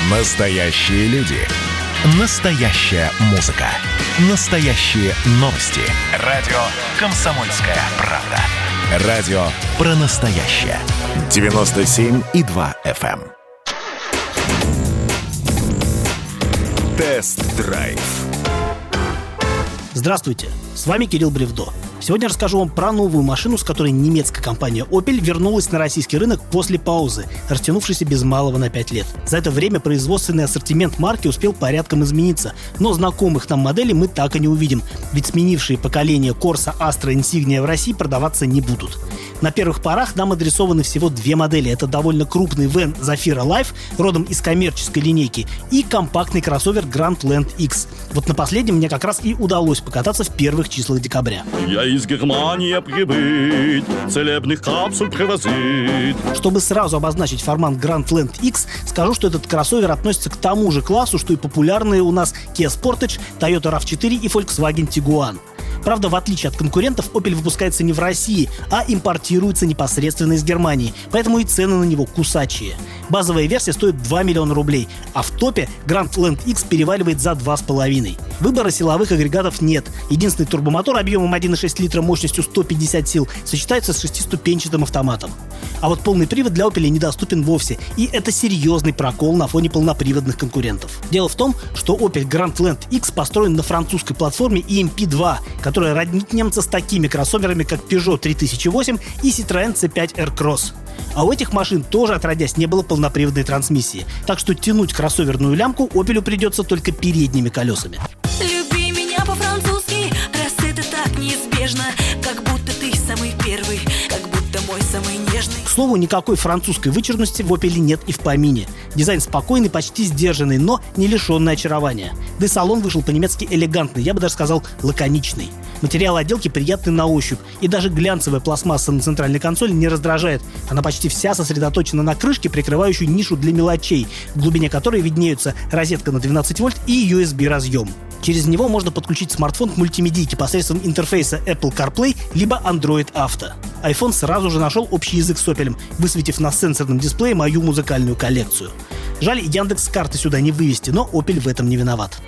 Настоящие люди. Настоящая музыка. Настоящие новости. Радио «Комсомольская правда». Радио про настоящее. 97,2 FM. Тест-драйв. Здравствуйте, с вами Кирилл Бревдо. Сегодня расскажу вам про новую машину, с которой немецкая компания Opel вернулась на российский рынок после паузы, растянувшейся без малого на 5 лет. За это время производственный ассортимент марки успел порядком измениться, но знакомых нам моделей мы так и не увидим, ведь сменившие поколения Corsa, Astra, Insignia в России продаваться не будут. На первых порах нам адресованы всего две модели. Это довольно крупный вэн Zafira Life, родом из коммерческой линейки, и компактный кроссовер Grandland X. Вот на последнем мне как раз и удалось покататься в первых числах декабря. Я из Германии прибыть, целебных капсул привозит. Чтобы сразу обозначить формат Grandland X, скажу, что этот кроссовер относится к тому же классу, что и популярные у нас Kia Sportage, Toyota RAV4 и Volkswagen Tiguan. Правда, в отличие от конкурентов, Opel выпускается не в России, а импортируется непосредственно из Германии, поэтому и цены на него кусачие. Базовая версия стоит 2 миллиона рублей, а в топе Grandland X переваливает за 2,5. Выбора силовых агрегатов нет. Единственный турбомотор объемом 1,6 литра мощностью 150 сил сочетается с шестиступенчатым автоматом. А вот полный привод для Opel недоступен вовсе, и это серьезный прокол на фоне полноприводных конкурентов. Дело в том, что Opel Grandland X построен на французской платформе EMP2, которая роднит немца с такими кроссоверами, как Peugeot 3008 и Citroën C5 Aircross. А у этих машин тоже отродясь не было полноприводной трансмиссии, так что тянуть кроссоверную лямку Opel'у придется только передними колесами. Люби меня по-французски, раз это так неизбежно, как будто ты самый первый, как будто мой самый нежный. К слову, никакой французской вычурности в Opel нет и в помине. Дизайн спокойный, почти сдержанный, но не лишенный очарования. Да и салон вышел по-немецки элегантный, я бы даже сказал лаконичный. Материал отделки приятный на ощупь, и даже глянцевая пластмасса на центральной консоли не раздражает. Она почти вся сосредоточена на крышке, прикрывающей нишу для мелочей, в глубине которой виднеются розетка на 12 вольт и USB-разъем. Через него можно подключить смартфон к мультимедийке посредством интерфейса Apple CarPlay либо Android Auto. iPhone сразу же нашел общий язык с Opel, высветив на сенсорном дисплее мою музыкальную коллекцию. Жаль, Яндекс.Карты сюда не вывести, но Opel в этом не виноват.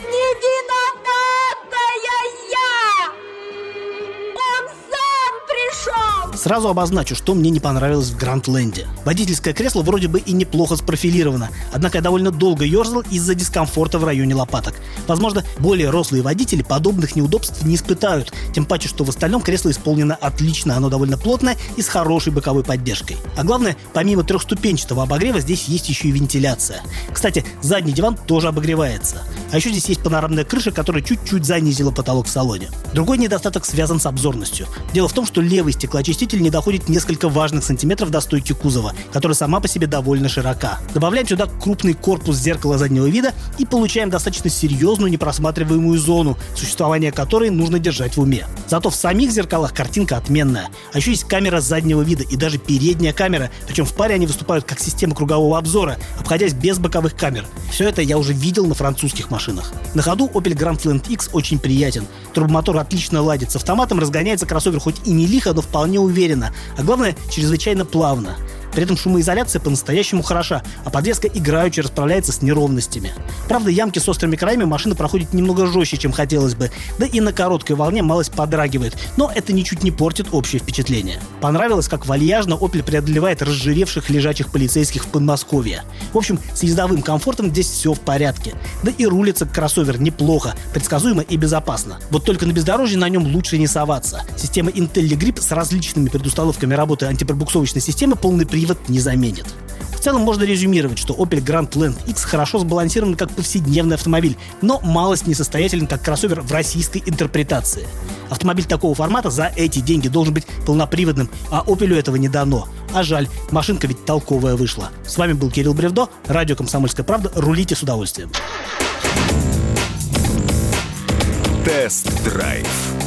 Сразу обозначу, что мне не понравилось в Грандленде. Водительское кресло вроде бы и неплохо спрофилировано, однако я довольно долго ерзал из-за дискомфорта в районе лопаток. Возможно, более рослые водители подобных неудобств не испытают, тем паче, что в остальном кресло исполнено отлично, оно довольно плотное и с хорошей боковой поддержкой. А главное, помимо трехступенчатого обогрева, здесь есть еще и вентиляция. Кстати, задний диван тоже обогревается. А еще здесь есть панорамная крыша, которая чуть-чуть занизила потолок в салоне. Другой недостаток связан с обзорностью. Дело в том, что левый стеклоочиститель не доходит несколько важных сантиметров до стойки кузова, которая сама по себе довольно широка. Добавляем сюда крупный корпус зеркала заднего вида и получаем достаточно серьезную непросматриваемую зону, существование которой нужно держать в уме. Зато в самих зеркалах картинка отменная. А еще есть камера заднего вида и даже передняя камера, причем в паре они выступают как система кругового обзора, обходясь без боковых камер. Все это я уже видел на французских машинах. На ходу Opel Grandland X очень приятен. Турбомотор отлично ладит с автоматом, разгоняется кроссовер хоть и не лихо, но вполне уверенно, а главное, чрезвычайно плавно. При этом шумоизоляция по-настоящему хороша, а подвеска играючи расправляется с неровностями. Правда, ямки с острыми краями машина проходит немного жестче, чем хотелось бы, да и на короткой волне малость подрагивает, но это ничуть не портит общее впечатление. Понравилось, как вальяжно Opel преодолевает разжиревших лежачих полицейских в Подмосковье. В общем, с ездовым комфортом здесь все в порядке. Да и рулится кроссовер неплохо, предсказуемо и безопасно. Вот только на бездорожье на нем лучше не соваться. Система IntelliGrip с различными предустановками работы антипробуксовочной системы полный привод не заменит. В целом можно резюмировать, что Opel Grandland X хорошо сбалансирован как повседневный автомобиль, но малость несостоятелен как кроссовер в российской интерпретации. Автомобиль такого формата за эти деньги должен быть полноприводным, а Opel'у этого не дано. А жаль, машинка ведь толковая вышла. С вами был Кирилл Бревдо, радио «Комсомольская правда». Рулите с удовольствием. Тест-драйв.